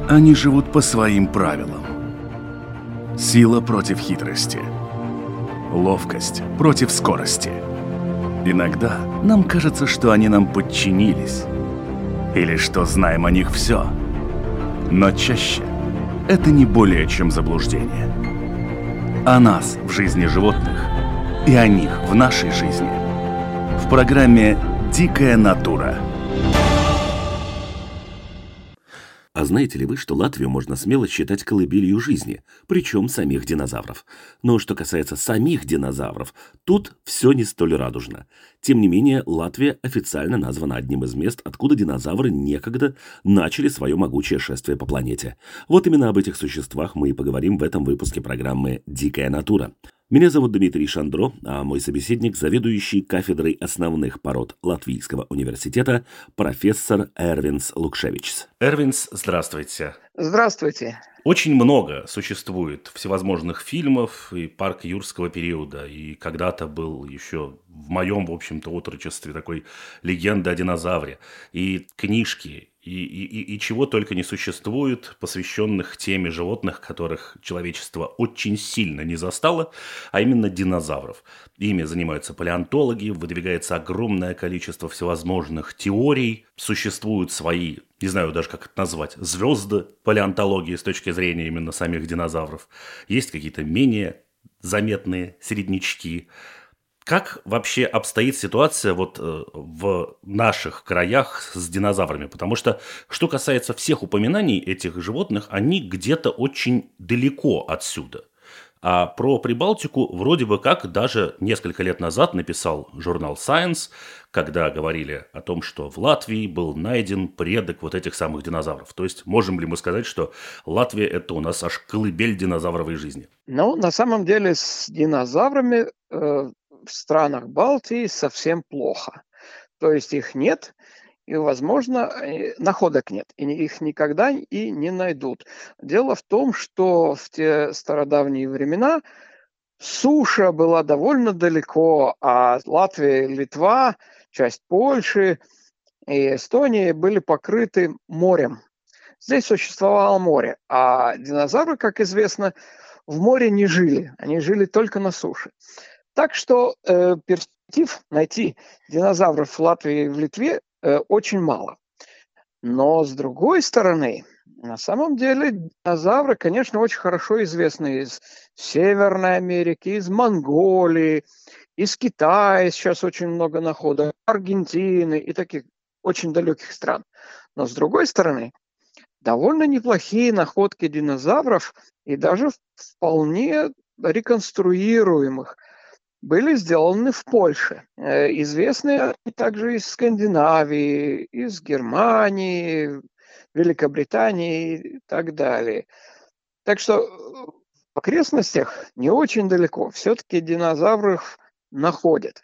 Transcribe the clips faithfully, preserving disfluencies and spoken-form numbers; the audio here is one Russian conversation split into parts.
Они живут по своим правилам. Сила против хитрости. Ловкость против скорости. Иногда нам кажется, что они нам подчинились. Или что знаем о них все. Но чаще это не более чем заблуждение. О нас в жизни животных и о них в нашей жизни. В программе «Дикая натура». А знаете ли вы, что Латвию можно смело считать колыбелью жизни, причем самих динозавров? Но что касается самих динозавров, тут все не столь радужно. Тем не менее, Латвия официально названа одним из мест, откуда динозавры некогда начали свое могучее шествие по планете. Вот именно об этих существах мы и поговорим в этом выпуске программы «Дикая натура». Меня зовут Дмитрий Шандро, а мой собеседник – заведующий кафедрой основных пород Латвийского университета профессор Эрвинс Лукшевичс. Эрвинс, здравствуйте. Здравствуйте. Очень много существует всевозможных фильмов и парк юрского периода. И когда-то был еще в моем, в общем-то, отрочестве такой легенда о динозавре. И книжки, и, и, и чего только не существует, посвященных теме животных, которых человечество очень сильно не застало, а именно динозавров. Ими занимаются палеонтологи, выдвигается огромное количество всевозможных теорий, существуют свои, не знаю даже как это назвать, звезды палеонтологии с точки зрения именно самих динозавров. Есть какие-то менее заметные середнячки. Как вообще обстоит ситуация вот э, в наших краях с динозаврами? Потому что, что касается всех упоминаний этих животных, они где-то очень далеко отсюда. А про Прибалтику вроде бы как даже несколько лет назад написал журнал Science, когда говорили о том, что в Латвии был найден предок вот этих самых динозавров. То есть можем ли мы сказать, что Латвия – это у нас аж колыбель динозавровой жизни? Ну, на самом деле с динозаврами э, в странах Балтии совсем плохо. То есть их нет, и, возможно, э, находок нет, и их никогда и не найдут. Дело в том, что в те стародавние времена суша была довольно далеко, а Латвия, Литва, часть Польши и Эстонии были покрыты морем. Здесь существовало море, а динозавры, как известно, в море не жили, они жили только на суше. Так что э, перспектив найти динозавров в Латвии и в Литве э, очень мало. Но с другой стороны, на самом деле динозавры, конечно, очень хорошо известны из Северной Америки, из Монголии, из Китая сейчас очень много находок, Аргентины и таких очень далеких стран. Но с другой стороны, довольно неплохие находки динозавров и даже вполне реконструируемых были сделаны в Польше. Э, известны также из Скандинавии, из Германии, Великобритании и так далее. Так что в окрестностях не очень далеко все-таки динозавров находят.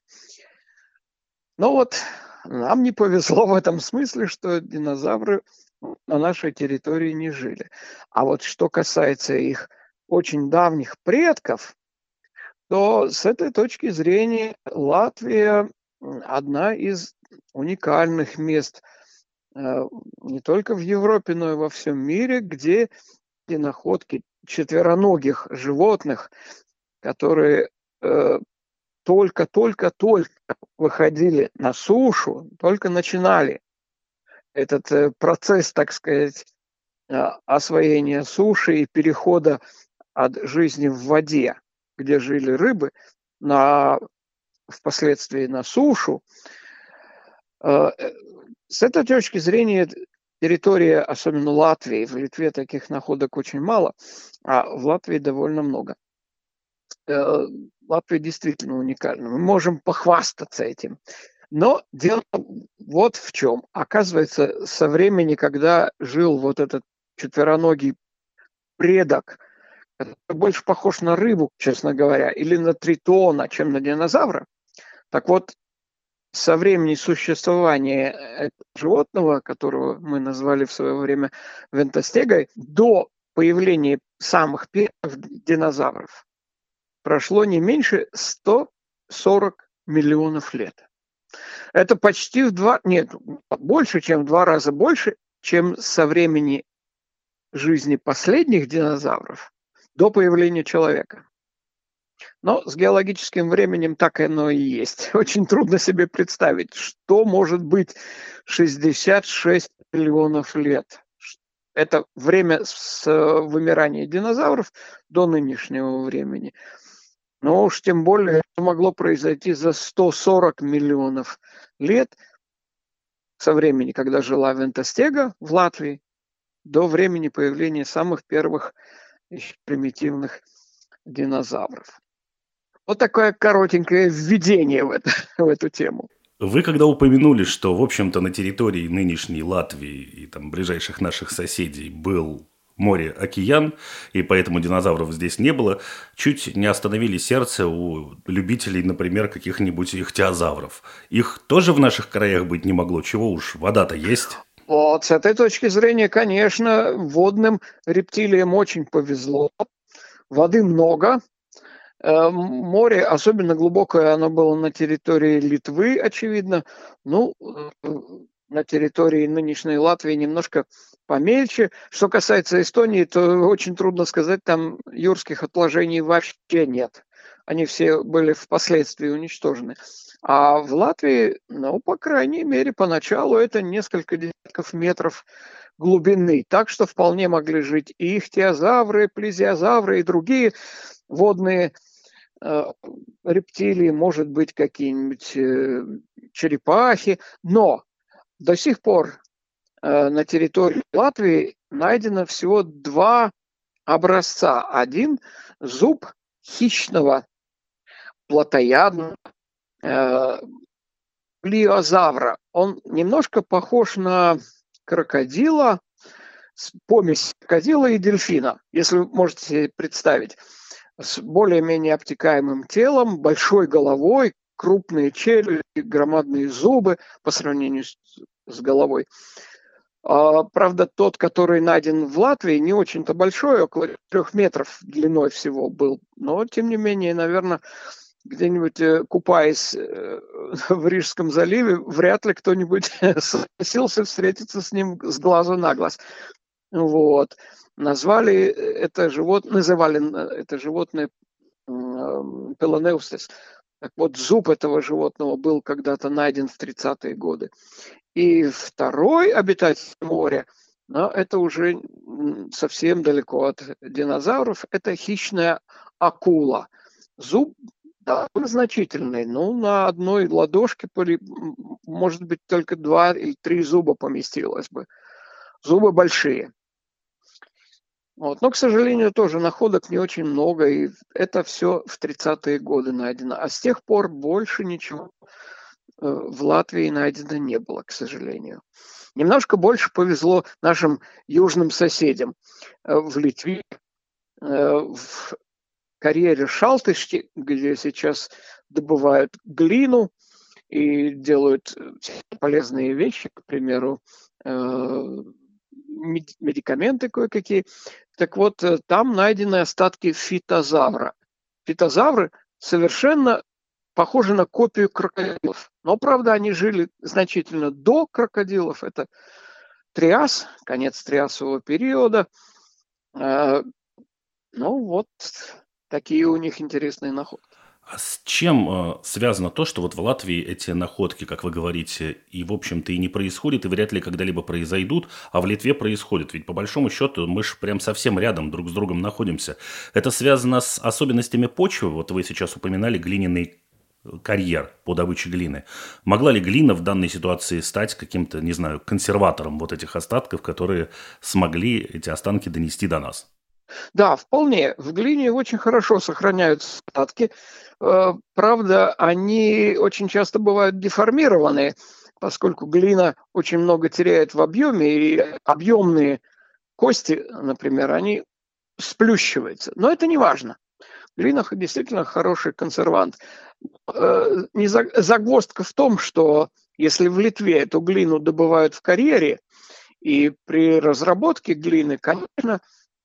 Но вот нам не повезло в этом смысле, что динозавры на нашей территории не жили. А вот что касается их очень давних предков, то с этой точки зрения Латвия одна из уникальных мест э, не только в Европе, но и во всем мире, где и находки четвероногих животных, которые э, только-только-только выходили на сушу, только начинали этот э, процесс, так сказать, э, освоения суши и перехода от жизни в воде, где жили рыбы, на, впоследствии на сушу. Э, с этой точки зрения территория, особенно Латвии, в Литве таких находок очень мало, а в Латвии довольно много. Э, Латвия действительно уникальна. Мы можем похвастаться этим. Но дело вот в чем. Оказывается, со времени, когда жил вот этот четвероногий предок, который больше похож на рыбу, честно говоря, или на тритона, чем на динозавра, так вот, со времени существования этого животного, которого мы назвали в свое время вентостегой, до появления самых первых динозавров прошло не меньше сто сорок миллионов лет. Это почти в два, нет, больше, чем в два раза больше, чем со времени жизни последних динозавров до появления человека. Но с геологическим временем так оно и есть. Очень трудно себе представить, что может быть шестьдесят шесть миллионов лет. Это время с вымирания динозавров до нынешнего времени. Но уж тем более это могло произойти за сто сорок миллионов лет со времени, когда жила Вентостега в Латвии, до времени появления самых первых еще примитивных динозавров. Вот такое коротенькое введение в, это, в эту тему. Вы когда упомянули, что, в общем-то, на территории нынешней Латвии и там ближайших наших соседей был море-океан, и поэтому динозавров здесь не было, чуть не остановили сердце у любителей, например, каких-нибудь ихтиозавров. Их тоже в наших краях быть не могло, чего уж, вода-то есть. Вот, с этой точки зрения, конечно, водным рептилиям очень повезло. Воды много. Море, особенно глубокое, оно было на территории Литвы, очевидно. Ну, на территории нынешней Латвии немножко помельче. Что касается Эстонии, то очень трудно сказать, там юрских отложений вообще нет. Они все были впоследствии уничтожены. А в Латвии, ну, по крайней мере, поначалу это несколько десятков метров глубины. Так что вполне могли жить и ихтиозавры, плезиозавры, и другие водные э, рептилии, может быть, какие-нибудь э, черепахи. Но до сих пор э, на территории Латвии найдено всего два образца. Один зуб хищного плотоядного э, плиозавра. Он немножко похож на крокодила, помесь крокодила и дельфина, если вы можете себе представить, с более-менее обтекаемым телом, большой головой, крупные челюсти, громадные зубы по сравнению с, с головой. А, правда, тот, который найден в Латвии, не очень-то большой, около трех метров длиной всего был, но, тем не менее, наверное, где-нибудь купаясь в Рижском заливе, вряд ли кто-нибудь согласился встретиться с ним с глазу на глаз. Вот. Назвали это животное, называли это животное Пелонеустес. Так вот, зуб этого животного был когда-то найден в тридцатые годы. И второй обитатель моря, но это уже совсем далеко от динозавров, это хищная акула. Зуб довольно значительный, ну, на одной ладошке, может быть, только два или три зуба поместилось бы. Зубы большие. Вот. Но, к сожалению, тоже находок не очень много, и это все в тридцатые годы найдено. А с тех пор больше ничего в Латвии найдено не было, к сожалению. Немножко больше повезло нашим южным соседям. В Литве, в карьере Шалтышки, где сейчас добывают глину и делают полезные вещи, к примеру, медикаменты кое-какие. Так вот, там найдены остатки фитозавра. Фитозавры совершенно похожи на копию крокодилов. Но, правда, они жили значительно до крокодилов. Это триас, конец триасового периода. Ну, вот такие у них интересные находки. А с чем э, связано то, что вот в Латвии эти находки, как вы говорите, и, в общем-то, и не происходят, и вряд ли когда-либо произойдут, а в Литве происходят? Ведь, по большому счету, мы же прям совсем рядом друг с другом находимся. Это связано с особенностями почвы? Вот вы сейчас упоминали глиняный карьер по добыче глины. Могла ли глина в данной ситуации стать каким-то, не знаю, консерватором вот этих остатков, которые смогли эти останки донести до нас? Да, вполне. В глине очень хорошо сохраняются остатки. Правда, они очень часто бывают деформированы, поскольку глина очень много теряет в объеме, и объемные кости, например, они сплющиваются. Но это не важно. Глина действительно хороший консервант. Загвоздка в том, что если в Литве эту глину добывают в карьере, и при разработке глины, конечно,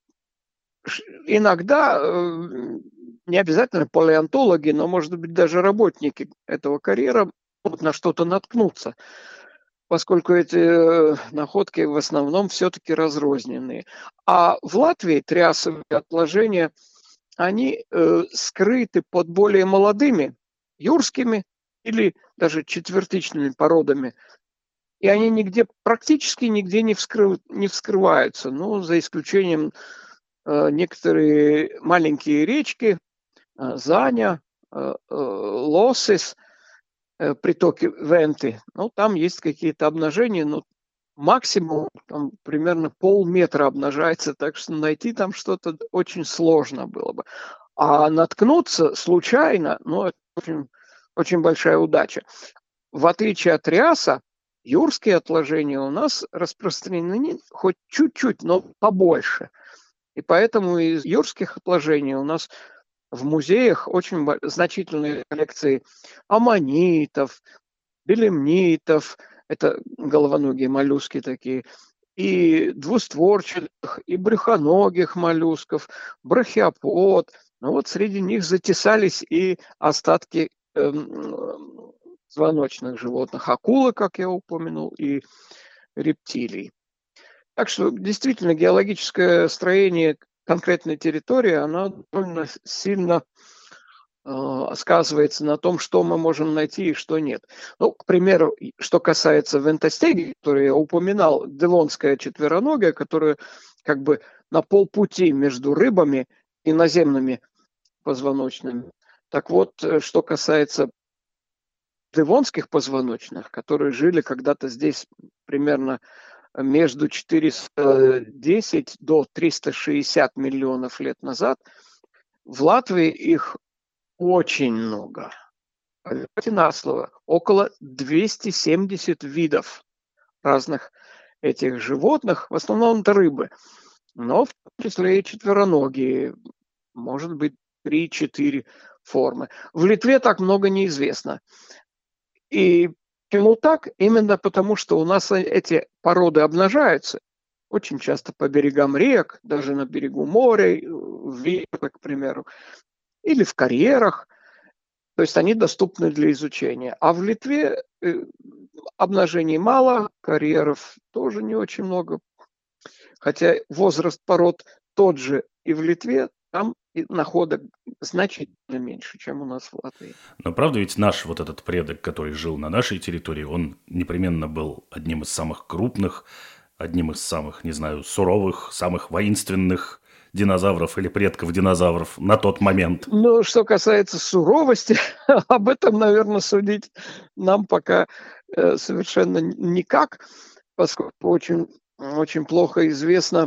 иногда, не обязательно палеонтологи, но, может быть, даже работники этого карьера могут на что-то наткнуться. поскольку эти э, находки в основном все-таки разрозненные. А в Латвии триасовые отложения, они э, скрыты под более молодыми юрскими или даже четвертичными породами. И они нигде, практически нигде не, вскрыв, не вскрываются, ну, за исключением э, некоторые маленькие речки, э, Заня, э, э, Лосис, э, притоки Венты. Ну, там есть какие-то обнажения, но максимум там, примерно полметра обнажается, так что найти там что-то очень сложно было бы. А наткнуться случайно, ну, это очень, очень большая удача. В отличие от Триаса, юрские отложения у нас распространены хоть чуть-чуть, но побольше. И поэтому из юрских отложений у нас в музеях очень значительные коллекции аммонитов, белемнитов, это головоногие моллюски такие, и двустворчатых, и брюхоногих моллюсков, брахиопод. Ну вот среди них затесались и остатки эм, звоночных животных, акулы, как я упомянул, и рептилий. Так что действительно геологическое строение конкретной территории, оно довольно сильно э, сказывается на том, что мы можем найти и что нет. Ну, к примеру, что касается Вентастеги, который я упоминал, девонская четвероногая, которая как бы на полпути между рыбами и наземными позвоночными. Так вот, что касается девонских позвоночных, которые жили когда-то здесь примерно между четыреста десять до триста шестьдесят миллионов лет назад, в Латвии их очень много. Поверьте на слово, около двести семьдесят видов разных этих животных, в основном это рыбы, но в том числе и четвероногие, может быть, три-четыре формы. В Литве так много неизвестно. И почему так? Именно потому, что у нас эти породы обнажаются очень часто по берегам рек, даже на берегу моря, в Вильнюсе, к примеру, или в карьерах. То есть они доступны для изучения. А в Литве обнажений мало, карьеров тоже не очень много. Хотя возраст пород тот же и в Литве, там находок значительно меньше, чем у нас в Латвии. Но правда ведь наш вот этот предок, который жил на нашей территории, он непременно был одним из самых крупных, одним из самых, не знаю, суровых, самых воинственных динозавров или предков динозавров на тот момент. Ну, что касается суровости, об этом, наверное, судить нам пока э, совершенно никак, поскольку очень, очень плохо известно,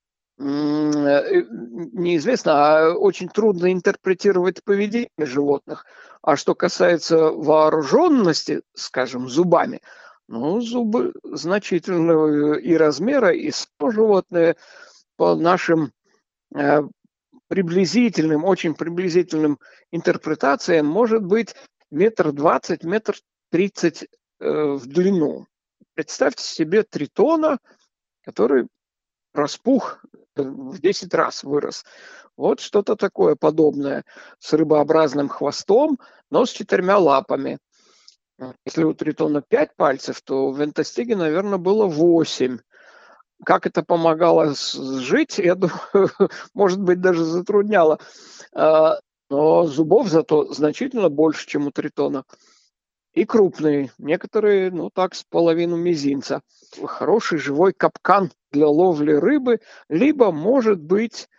неизвестно, а очень трудно интерпретировать поведение животных. А что касается вооруженности, скажем, зубами, ну, зубы значительного и размера, и животные по нашим э, приблизительным, очень приблизительным интерпретациям может быть метр двадцать, метр тридцать э, в длину. Представьте себе тритона, который распух в десять раз вырос. Вот что-то такое подобное с рыбообразным хвостом, но с четырьмя лапами. Если у тритона пять пальцев, то у Вентастиги, наверное, было восемь. Как это помогало жить, я думаю, может быть, даже затрудняло. Но зубов зато значительно больше, чем у тритона. И крупные. Некоторые, ну так, с половину мизинца. Хороший живой капкан для ловли рыбы, либо, может быть,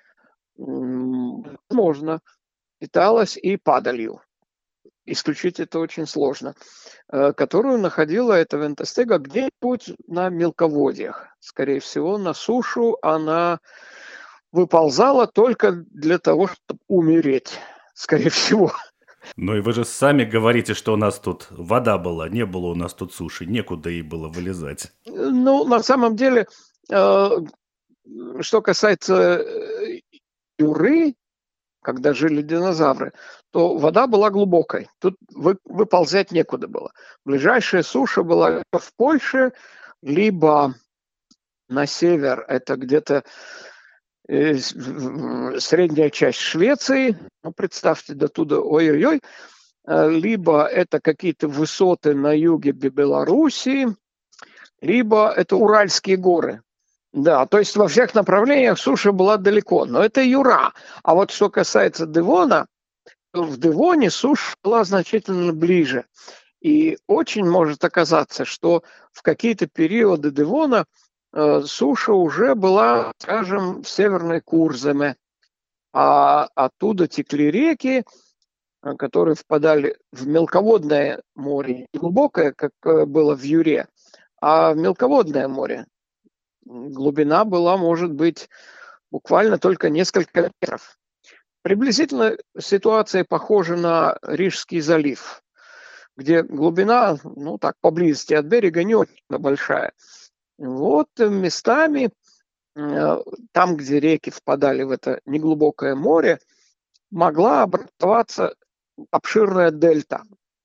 можно, питалась и падалью. Исключить это очень сложно. Которую находила эта Вентастега где-нибудь на мелководьях. Скорее всего, на сушу она выползала только для того, чтобы умереть. Скорее всего. Ну и вы же сами говорите, что у нас тут вода была, не было у нас тут суши, некуда ей было вылезать. Ну, на самом деле, э, что касается Юры, когда жили динозавры, то вода была глубокой. Тут вы, выползать некуда было. Ближайшая суша была либо в Польше, либо на север. Это где-то э, средняя часть Швеции. Ну, представьте, до туда ой-ой-ой. Либо это какие-то высоты на юге Белоруссии, либо это Уральские горы. Да, то есть во всех направлениях суша была далеко, но это Юра. А вот что касается Девона, то в Девоне суша была значительно ближе. И очень может оказаться, что в какие-то периоды Девона э, суша уже была, скажем, в Северной Курземе, а оттуда текли реки, э, которые впадали в мелководное море, не глубокое, как э, было в Юре, а в мелководное море. Глубина была, может быть, буквально только несколько метров. Приблизительно ситуация похожа на Рижский залив, где глубина, ну так, поблизости от берега не очень большая. Вот местами, э, там, где реки впадали в это неглубокое море, могла образоваться обширная дельта.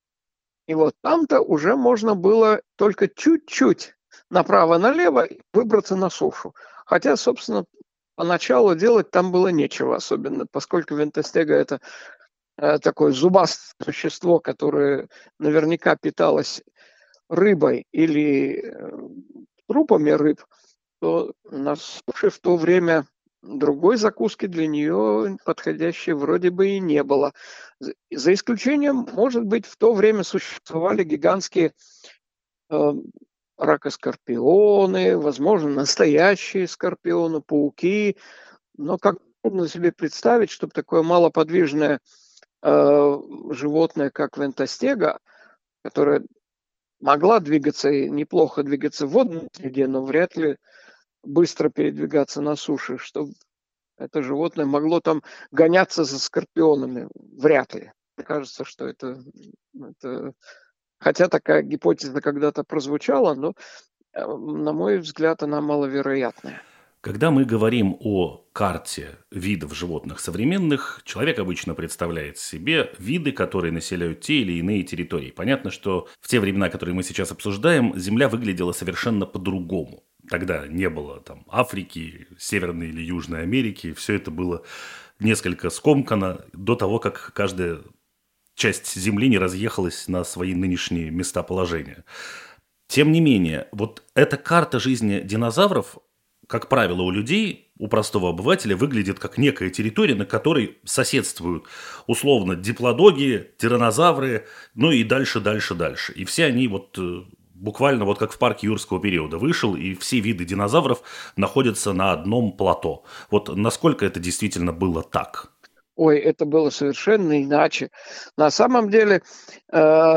И вот там-то уже можно было только чуть-чуть направо-налево выбраться на сушу. Хотя, собственно, поначалу делать там было нечего особенно, поскольку Вентестега – это э, такое зубастое существо, которое наверняка питалось рыбой или э, трупами рыб, то на суше в то время другой закуски для нее подходящей вроде бы и не было. За исключением, может быть, в то время существовали гигантские э, ракоскорпионы, возможно, настоящие скорпионы, пауки. Но как трудно себе представить, чтобы такое малоподвижное э, животное, как Вентостега, которое могла двигаться и неплохо двигаться в водной среде, но вряд ли быстро передвигаться на суше, что это животное могло там гоняться за скорпионами. Вряд ли. Мне кажется, что это, это... Хотя такая гипотеза когда-то прозвучала, но, на мой взгляд, она маловероятная. Когда мы говорим о карте видов животных современных, человек обычно представляет себе виды, которые населяют те или иные территории. Понятно, что в те времена, которые мы сейчас обсуждаем, Земля выглядела совершенно по-другому. Тогда не было там Африки, Северной или Южной Америки. Все это было несколько скомкано до того, как каждая часть Земли не разъехалась на свои нынешние места положения. Тем не менее, вот эта карта жизни динозавров, как правило, у людей, у простого обывателя, выглядит как некая территория, на которой соседствуют условно диплодоги, тираннозавры, ну и дальше, дальше, дальше. И все они вот буквально вот как в парке юрского периода вышел, и все виды динозавров находятся на одном плато. Вот насколько это действительно было так? Ой, это было совершенно иначе. На самом деле, э,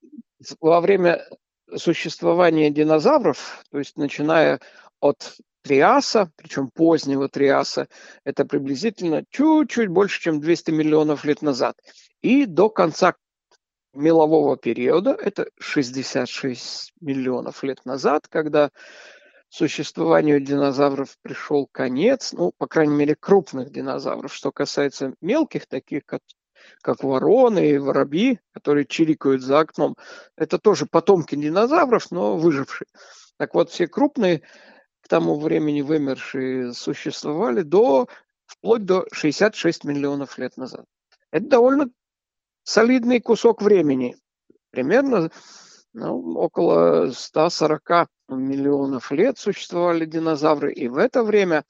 во время существования динозавров, то есть начиная от Триаса, причем позднего Триаса, это приблизительно чуть-чуть больше, чем двести миллионов лет назад, и до конца мелового периода, это шестьдесят шесть миллионов лет назад, когда существованию динозавров пришел конец, ну, по крайней мере, крупных динозавров. Что касается мелких, таких как, как вороны и воробьи, которые чирикают за окном, это тоже потомки динозавров, но выжившие. Так вот, все крупные, к тому времени вымершие, существовали до, вплоть до шестьдесят шесть миллионов лет назад. Это довольно солидный кусок времени. Примерно ну, около ста сорока миллионов лет существовали динозавры. И в это время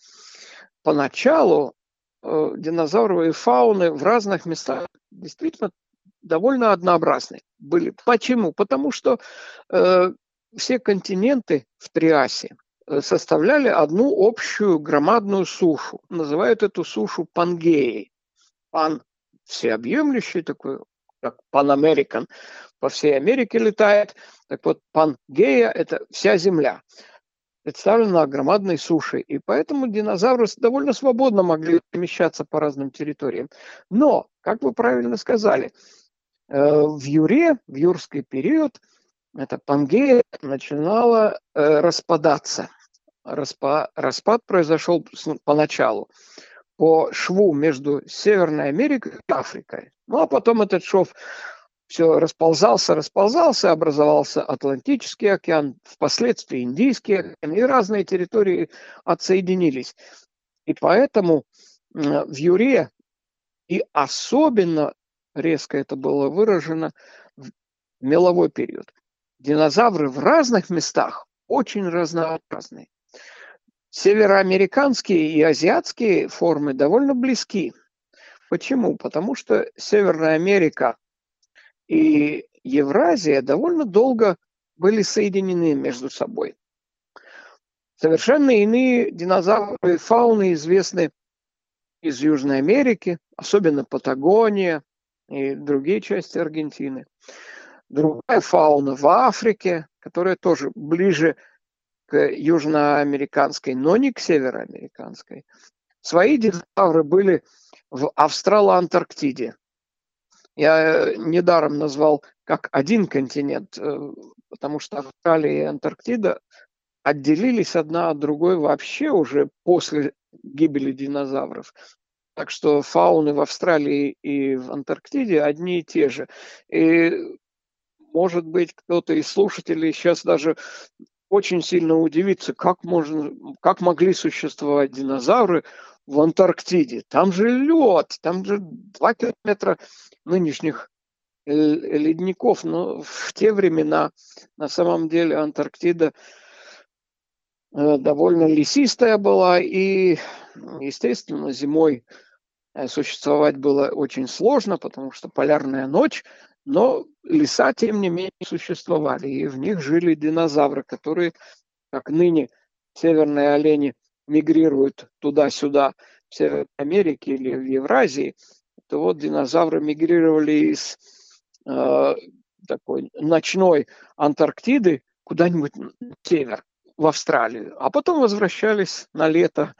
поначалу э, динозавровые фауны в разных местах действительно довольно однообразны были. Почему? Потому что э, все континенты в Триасе составляли одну общую громадную сушу. Называют эту сушу Пангеей. Пан всеобъемлющий такой, как Pan American, по всей Америке летает. Так вот, Пангея – это вся Земля, представлена на громадной суше. И поэтому динозавры довольно свободно могли перемещаться по разным территориям. Но, как вы правильно сказали, в Юре, в юрский период, эта Пангея начинала распадаться. Распа, распад произошел поначалу по шву между Северной Америкой и Африкой. Ну, а потом этот шов все расползался, расползался, образовался Атлантический океан, впоследствии Индийский океан, и разные территории отсоединились. И поэтому в Юре, и особенно резко это было выражено в меловой период, динозавры в разных местах очень разнообразны. Североамериканские и азиатские формы довольно близки. Почему? Потому что Северная Америка и Евразия довольно долго были соединены между собой. Совершенно иные динозавры и фауны известны из Южной Америки, особенно Патагония и другие части Аргентины. Другая фауна в Африке, которая тоже ближе к южноамериканской, но не к североамериканской. Свои динозавры были в Австрало-Антарктиде. Я недаром назвал как один континент, потому что Австралия и Антарктида отделились одна от другой вообще уже после гибели динозавров. Так что фауны в Австралии и в Антарктиде одни и те же. И, может быть, кто-то из слушателей сейчас даже очень сильно удивится, как, можно, как могли существовать динозавры в Антарктиде. Там же лед, там же два километра нынешних ледников. Но в те времена на самом деле Антарктида довольно лесистая была, и, естественно, зимой существовать было очень сложно, потому что полярная ночь, но леса, тем не менее, существовали, и в них жили динозавры, которые, как ныне северные олени мигрируют туда-сюда, в Северной Америке или в Евразии, то вот динозавры мигрировали из э, такой ночной Антарктиды куда-нибудь на север, в Австралию, а потом возвращались на лето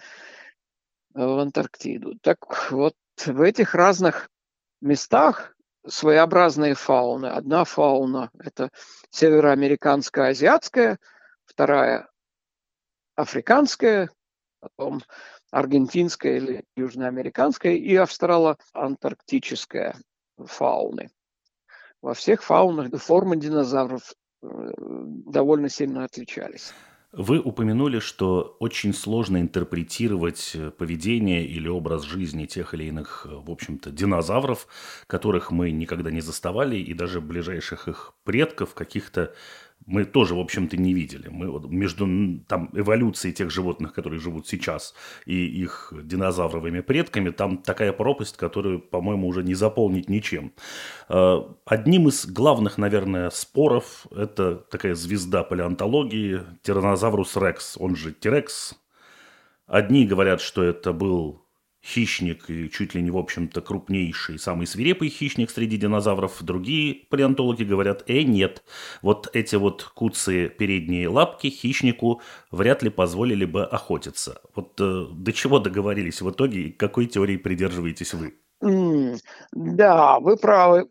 в Антарктиду. Так вот, в этих разных местах своеобразные фауны. Одна фауна – это североамериканская, азиатская, вторая – африканская, потом аргентинская или южноамериканская и австрало-антарктическая фауны. Во всех фаунах формы динозавров довольно сильно отличались. Вы упомянули, что очень сложно интерпретировать поведение или образ жизни тех или иных, в общем-то, динозавров, которых мы никогда не заставали, и даже ближайших их предков каких-то мы тоже, в общем-то, не видели. Мы вот между там, эволюцией тех животных, которые живут сейчас, и их динозавровыми предками, там такая пропасть, которую, по-моему, уже не заполнить ничем. Одним из главных, наверное, споров – это такая звезда палеонтологии – Тираннозаврус рекс, он же Тирекс. Одни говорят, что это был хищник и чуть ли не, в общем-то, крупнейший, самый свирепый хищник среди динозавров. Другие палеонтологи говорят, э, нет, вот эти вот куцые передние лапки хищнику вряд ли позволили бы охотиться. Вот э, до чего договорились в итоге и к какой теории придерживаетесь вы? Mm, да, вы правы.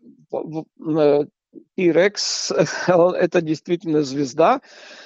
T-Rex – это действительно звезда.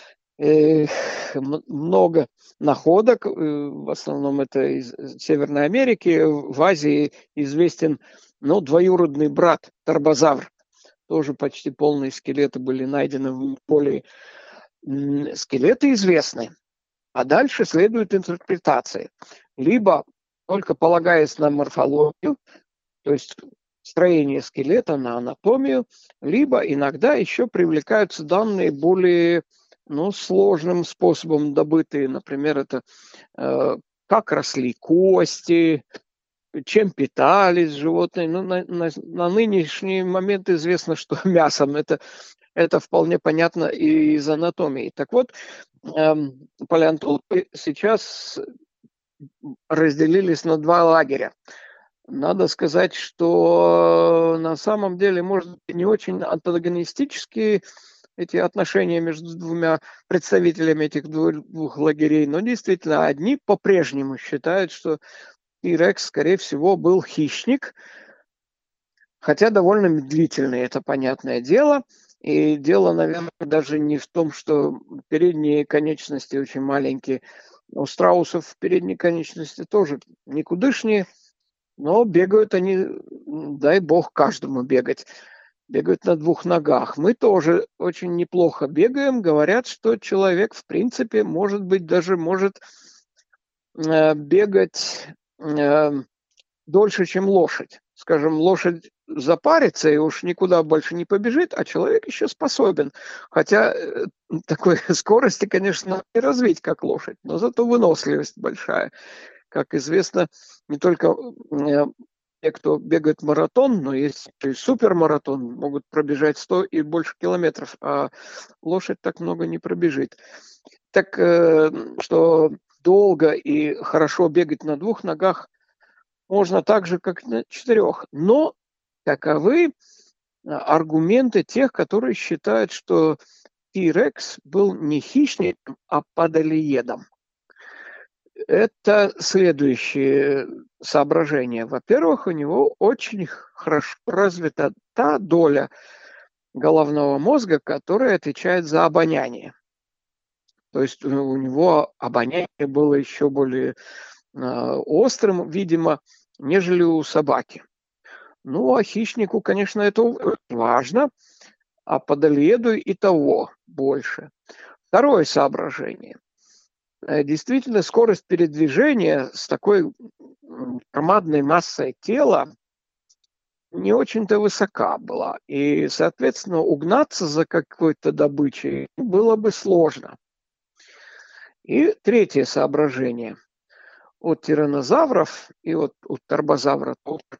Много находок, в основном это из Северной Америки. В Азии известен, ну, двоюродный брат Торбозавр. Тоже почти полные скелеты были найдены в поле. Скелеты известны, а дальше следует интерпретация. Либо только полагаясь на морфологию, то есть строение скелета, на анатомию, либо иногда еще привлекаются данные более, ну, сложным способом добытые. Например, это э, как росли кости, чем питались животные. Ну, на, на, на нынешний момент известно, что мясом. Это, это вполне понятно и из анатомии. Так вот, э, палеонтологи сейчас разделились на два лагеря. Надо сказать, что на самом деле, может быть, не очень антагонистические эти отношения между двумя представителями этих двух лагерей, но действительно одни по-прежнему считают, что T-Rex, скорее всего, был хищник, хотя довольно медлительный, это понятное дело. И дело, наверное, даже не в том, что передние конечности очень маленькие. У страусов передние конечности тоже никудышние, но бегают они, дай бог каждому бегать. Бегают на двух ногах. Мы тоже очень неплохо бегаем. Говорят, что человек, в принципе, может быть, даже может э, бегать э, дольше, чем лошадь. Скажем, лошадь запарится и уж никуда больше не побежит, а человек еще способен. Хотя э, такой скорости, конечно, не развить, как лошадь, но зато выносливость большая. Как известно, не только э, те, кто бегает маратон, но есть и супермаратон, могут пробежать сто и больше километров, а лошадь так много не пробежит. Так э, что долго и хорошо бегать на двух ногах можно так же, как на четырех. Но таковы аргументы тех, которые считают, что T-Rex был не хищником, а падалиедом. Это следующее соображение. Во-первых, у него очень хорошо развита та доля головного мозга, которая отвечает за обоняние. То есть у него обоняние было еще более э, острым, видимо, нежели у собаки. Ну, а хищнику, конечно, это важно, а падалиеду и того больше. Второе соображение. Действительно, скорость передвижения с такой громадной массой тела не очень-то высока была. И, соответственно, угнаться за какой-то добычей было бы сложно. И третье соображение. У тираннозавров и вот у торбозавра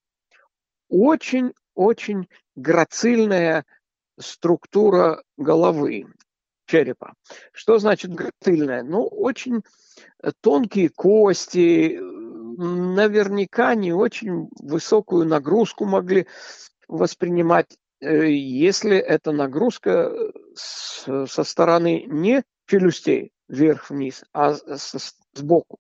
очень-очень грацильная структура головы, черепа. Что значит грацильная? Ну, очень тонкие кости, наверняка не очень высокую нагрузку могли воспринимать, если эта нагрузка со стороны не челюстей вверх-вниз, а сбоку.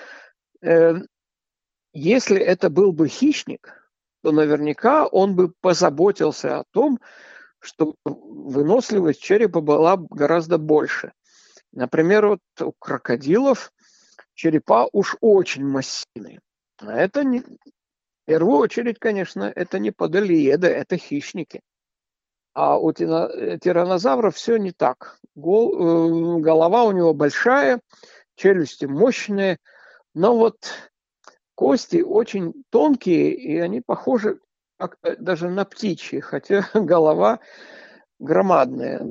Если это был бы хищник, то наверняка он бы позаботился о том, чтобы выносливость черепа была гораздо больше. Например, вот у крокодилов черепа уж очень массивные. А это не, в первую очередь, конечно, это не падалиеды, это хищники. А у тираннозавра все не так. Гол, голова у него большая, челюсти мощные, но вот кости очень тонкие, и они похожи как-то даже на птичьи, хотя голова громадная,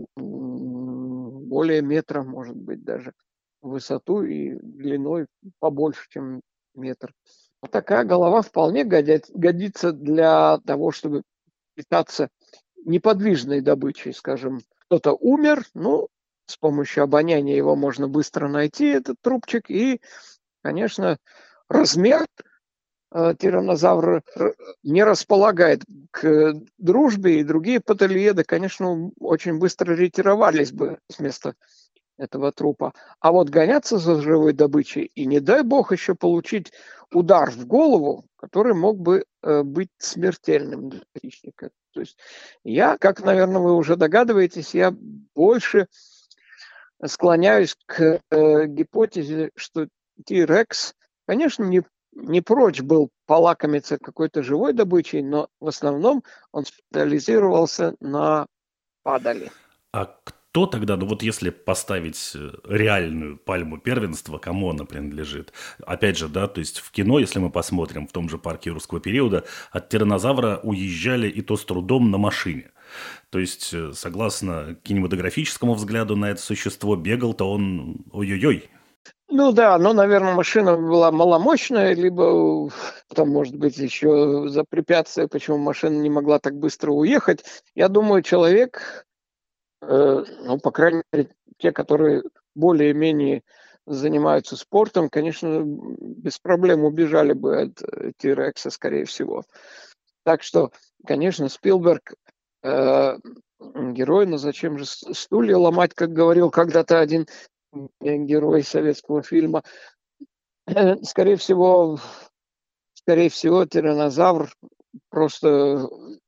более метра, может быть, даже в высоту и длиной побольше, чем метр. Вот такая голова вполне годится для того, чтобы питаться неподвижной добычей, скажем. Кто-то умер, ну, с помощью обоняния его можно быстро найти, этот трупчик, и, конечно, размер э, тираннозавра не располагает к дружбе, и другие падалиеды, конечно, очень быстро ретировались бы с места этого трупа. А вот гоняться за живой добычей и, не дай бог, еще получить удар в голову, который мог бы э, быть смертельным для хищника. То есть я, как, наверное, вы уже догадываетесь, я больше склоняюсь к э, гипотезе, что T-Rex, конечно, не, не прочь был полакомиться какой-то живой добычей, но в основном он специализировался на падали. А кто тогда, ну вот если поставить реальную пальму первенства, кому она принадлежит? Опять же, да, то есть в кино, если мы посмотрим, в том же парке юрского периода, от тираннозавра уезжали и то с трудом на машине. То есть, согласно кинематографическому взгляду на это существо, бегал-то он ой-ой-ой. Ну да, но, наверное, машина была маломощная, либо там, может быть, еще за препятствие, почему машина не могла так быстро уехать. Я думаю, человек, э, ну, по крайней мере, те, которые более-менее занимаются спортом, конечно, без проблем убежали бы от T-Rex, скорее всего. Так что, конечно, Спилберг э, герой, но зачем же стулья ломать, как говорил когда-то один герой советского фильма. Скорее всего, скорее всего, тираннозавр просто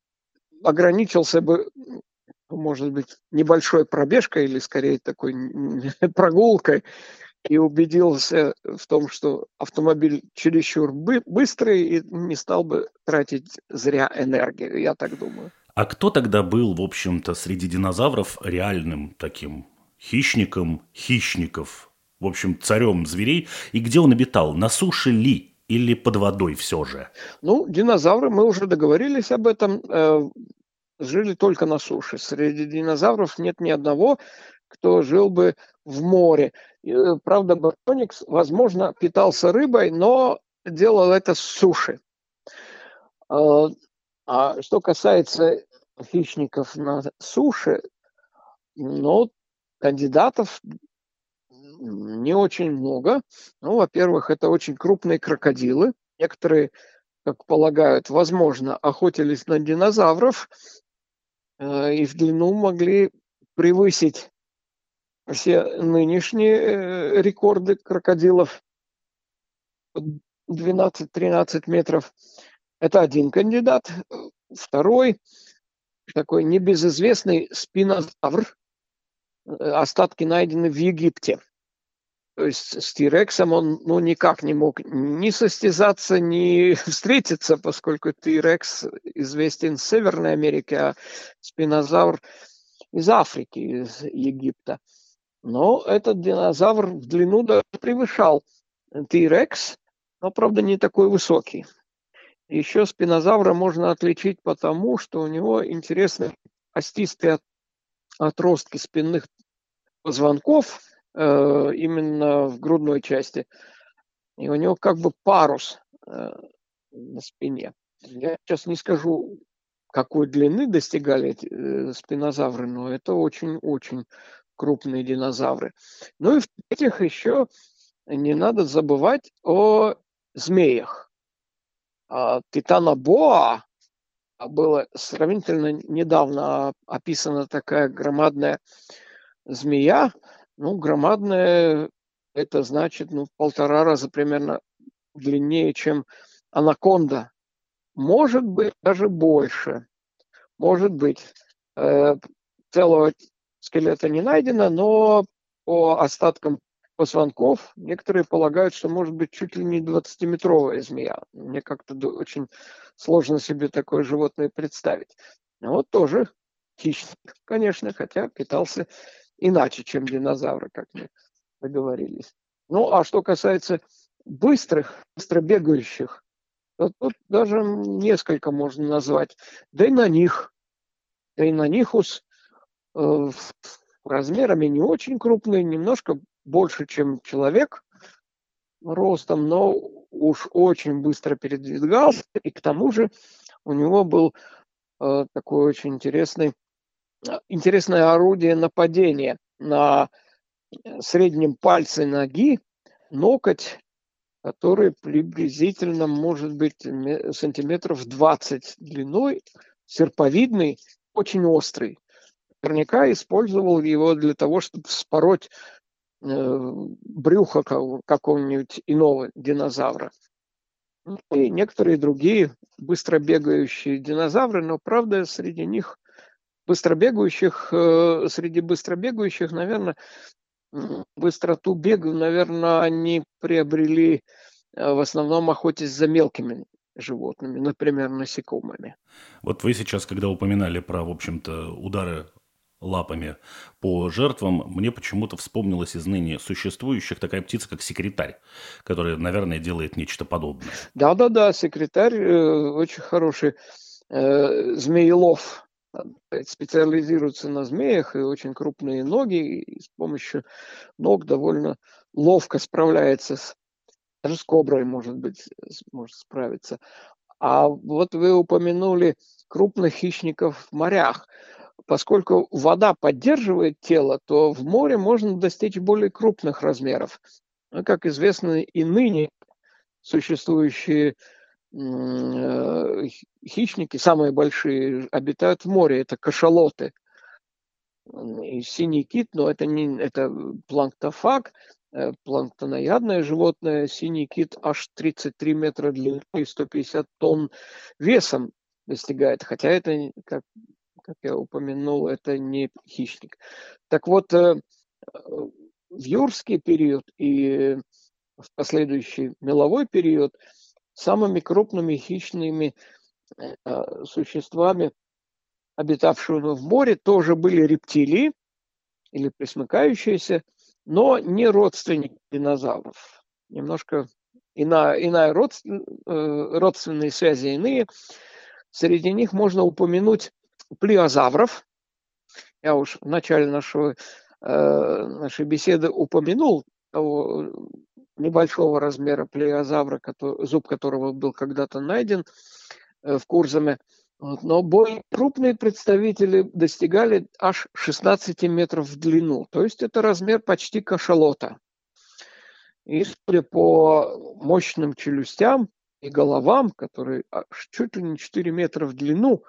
ограничился бы, может быть, небольшой пробежкой или скорее такой прогулкой и убедился в том, что автомобиль чересчур бы- быстрый и не стал бы тратить зря энергию, я так думаю. А кто тогда был, в общем-то, среди динозавров реальным таким хищником хищников, в общем, царем зверей, и где он обитал, на суше ли или под водой все же? Ну, динозавры, мы уже договорились об этом, э, жили только на суше. Среди динозавров нет ни одного, кто жил бы в море. И, э, правда, Бартоникс, возможно, питался рыбой, но делал это с суши. А, а что касается хищников на суше, ну, кандидатов не очень много. Ну, во-первых, это очень крупные крокодилы. Некоторые, как полагают, возможно, охотились на динозавров э, и в длину могли превысить все нынешние э, рекорды крокодилов двенадцать-тринадцать метров. Это один кандидат. Второй, такой небезызвестный спинозавр. Остатки найдены в Египте. То есть с T-рексом он ну, никак не мог ни состязаться, ни встретиться, поскольку T-рекс известен в Северной Америке, а спинозавр из Африки, из Египта. Но этот динозавр в длину даже превышал T-рекс, но, правда, не такой высокий. Еще спинозавра можно отличить потому, что у него интересные остистые отростки спинных позвонков, э, именно в грудной части. И у него как бы парус э, на спине. Я сейчас не скажу, какой длины достигали эти э, спинозавры, но это очень-очень крупные динозавры. Ну и в-третьих, еще не надо забывать о змеях. А Титанобоа было сравнительно недавно описана такая громадная змея. Ну, громадная, это значит, ну, в полтора раза примерно длиннее, чем анаконда. Может быть, даже больше. Может быть. Э, целого скелета не найдено, но по остаткам позвонков некоторые полагают, что может быть чуть ли не двадцатиметровая змея. Мне как-то очень сложно себе такое животное представить. Вот тоже хищник, конечно, хотя питался иначе, чем динозавры, как мы договорились. Ну, а что касается быстрых, быстро бегающих, то тут даже несколько можно назвать. Дейноних. Дейнонихус э, размерами не очень крупный, немножко больше, чем человек ростом, но уж очень быстро передвигался. И к тому же у него был э, такой очень интересный, интересное орудие нападения. На среднем пальце ноги ноготь, который приблизительно может быть сантиметров двадцать длиной, серповидный, очень острый. Наверняка использовал его для того, чтобы вспороть э, брюхо какого-нибудь иного динозавра. И некоторые другие быстро бегающие динозавры, но, правда, среди них быстробегающих, э, среди быстробегающих, наверное, быстроту бега, наверное, они приобрели э, в основном охотясь за мелкими животными, например, насекомыми. Вот вы сейчас, когда упоминали про, в общем-то, удары лапами по жертвам, мне почему-то вспомнилась из ныне существующих такая птица, как секретарь, которая, наверное, делает нечто подобное. Да-да-да, секретарь э, очень хороший э, змеелов, специализируется на змеях, и очень крупные ноги, и с помощью ног довольно ловко справляется с, даже с коброй, может быть, может справиться. А вот вы упомянули крупных хищников в морях. Поскольку вода поддерживает тело, то в море можно достичь более крупных размеров. Ну, как известно, и ныне существующие э, хищники, самые большие, обитают в море. Это кашалоты. И синий кит, но это не это планктофаг, э, планктоноядное животное. Синий кит аж тридцать три метра длиной и сто пятьдесят тонн весом достигает. Хотя это, как как я упомянул, это не хищник. Так вот, в юрский период и в последующий меловой период самыми крупными хищными существами, обитавшими в море, тоже были рептилии или пресмыкающиеся, но не родственники динозавров. Немножко иная, иная родствен, родственные связи иные. Среди них можно упомянуть плеозавров. Я уж в начале нашего, нашей беседы упомянул того небольшого размера плеозавра, который, зуб которого был когда-то найден в Курзаме. Но более крупные представители достигали аж шестнадцать метров в длину. То есть это размер почти кашалота. И судя по мощным челюстям и головам, которые аж чуть ли не четыре метра в длину,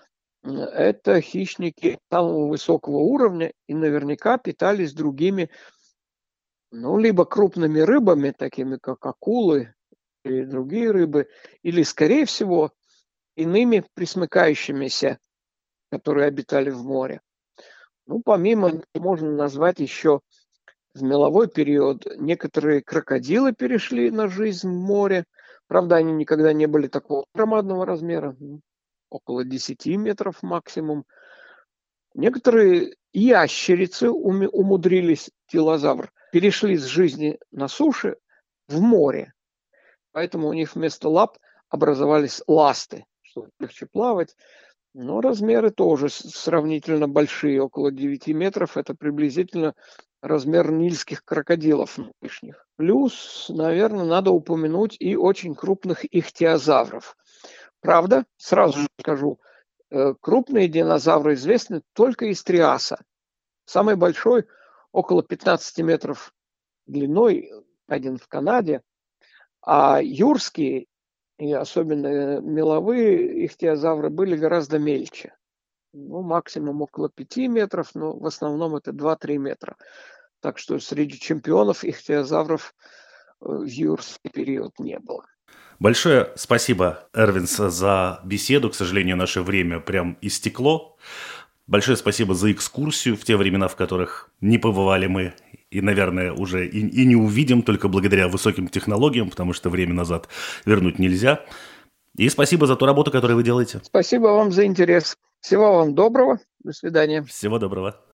это хищники самого высокого уровня и наверняка питались другими, ну, либо крупными рыбами, такими как акулы или другие рыбы, или, скорее всего, иными пресмыкающимися, которые обитали в море. Ну, помимо, можно назвать еще в меловой период некоторые крокодилы перешли на жизнь в море. Правда, они никогда не были такого громадного размера, около десяти метров максимум. Некоторые ящерицы умудрились, тилозавр, перешли с жизни на суше в море. Поэтому у них вместо лап образовались ласты, чтобы легче плавать. Но размеры тоже сравнительно большие, около девяти метров. Это приблизительно размер нильских крокодилов нынешних. Плюс, наверное, надо упомянуть и очень крупных ихтиозавров. Правда, сразу же скажу, крупные динозавры известны только из Триаса. Самый большой, около пятнадцати метров длиной, один в Канаде. А юрские, и особенно меловые ихтиозавры, были гораздо мельче. Ну, максимум около пяти метров, но в основном это два-три метра. Так что среди чемпионов ихтиозавров в юрский период не было. Большое спасибо, Эрвинс, за беседу. К сожалению, наше время прям истекло. Большое спасибо за экскурсию в те времена, в которых не побывали мы. И, наверное, уже и, и не увидим, только благодаря высоким технологиям, потому что время назад вернуть нельзя. И спасибо за ту работу, которую вы делаете. Спасибо вам за интерес. Всего вам доброго. До свидания. Всего доброго.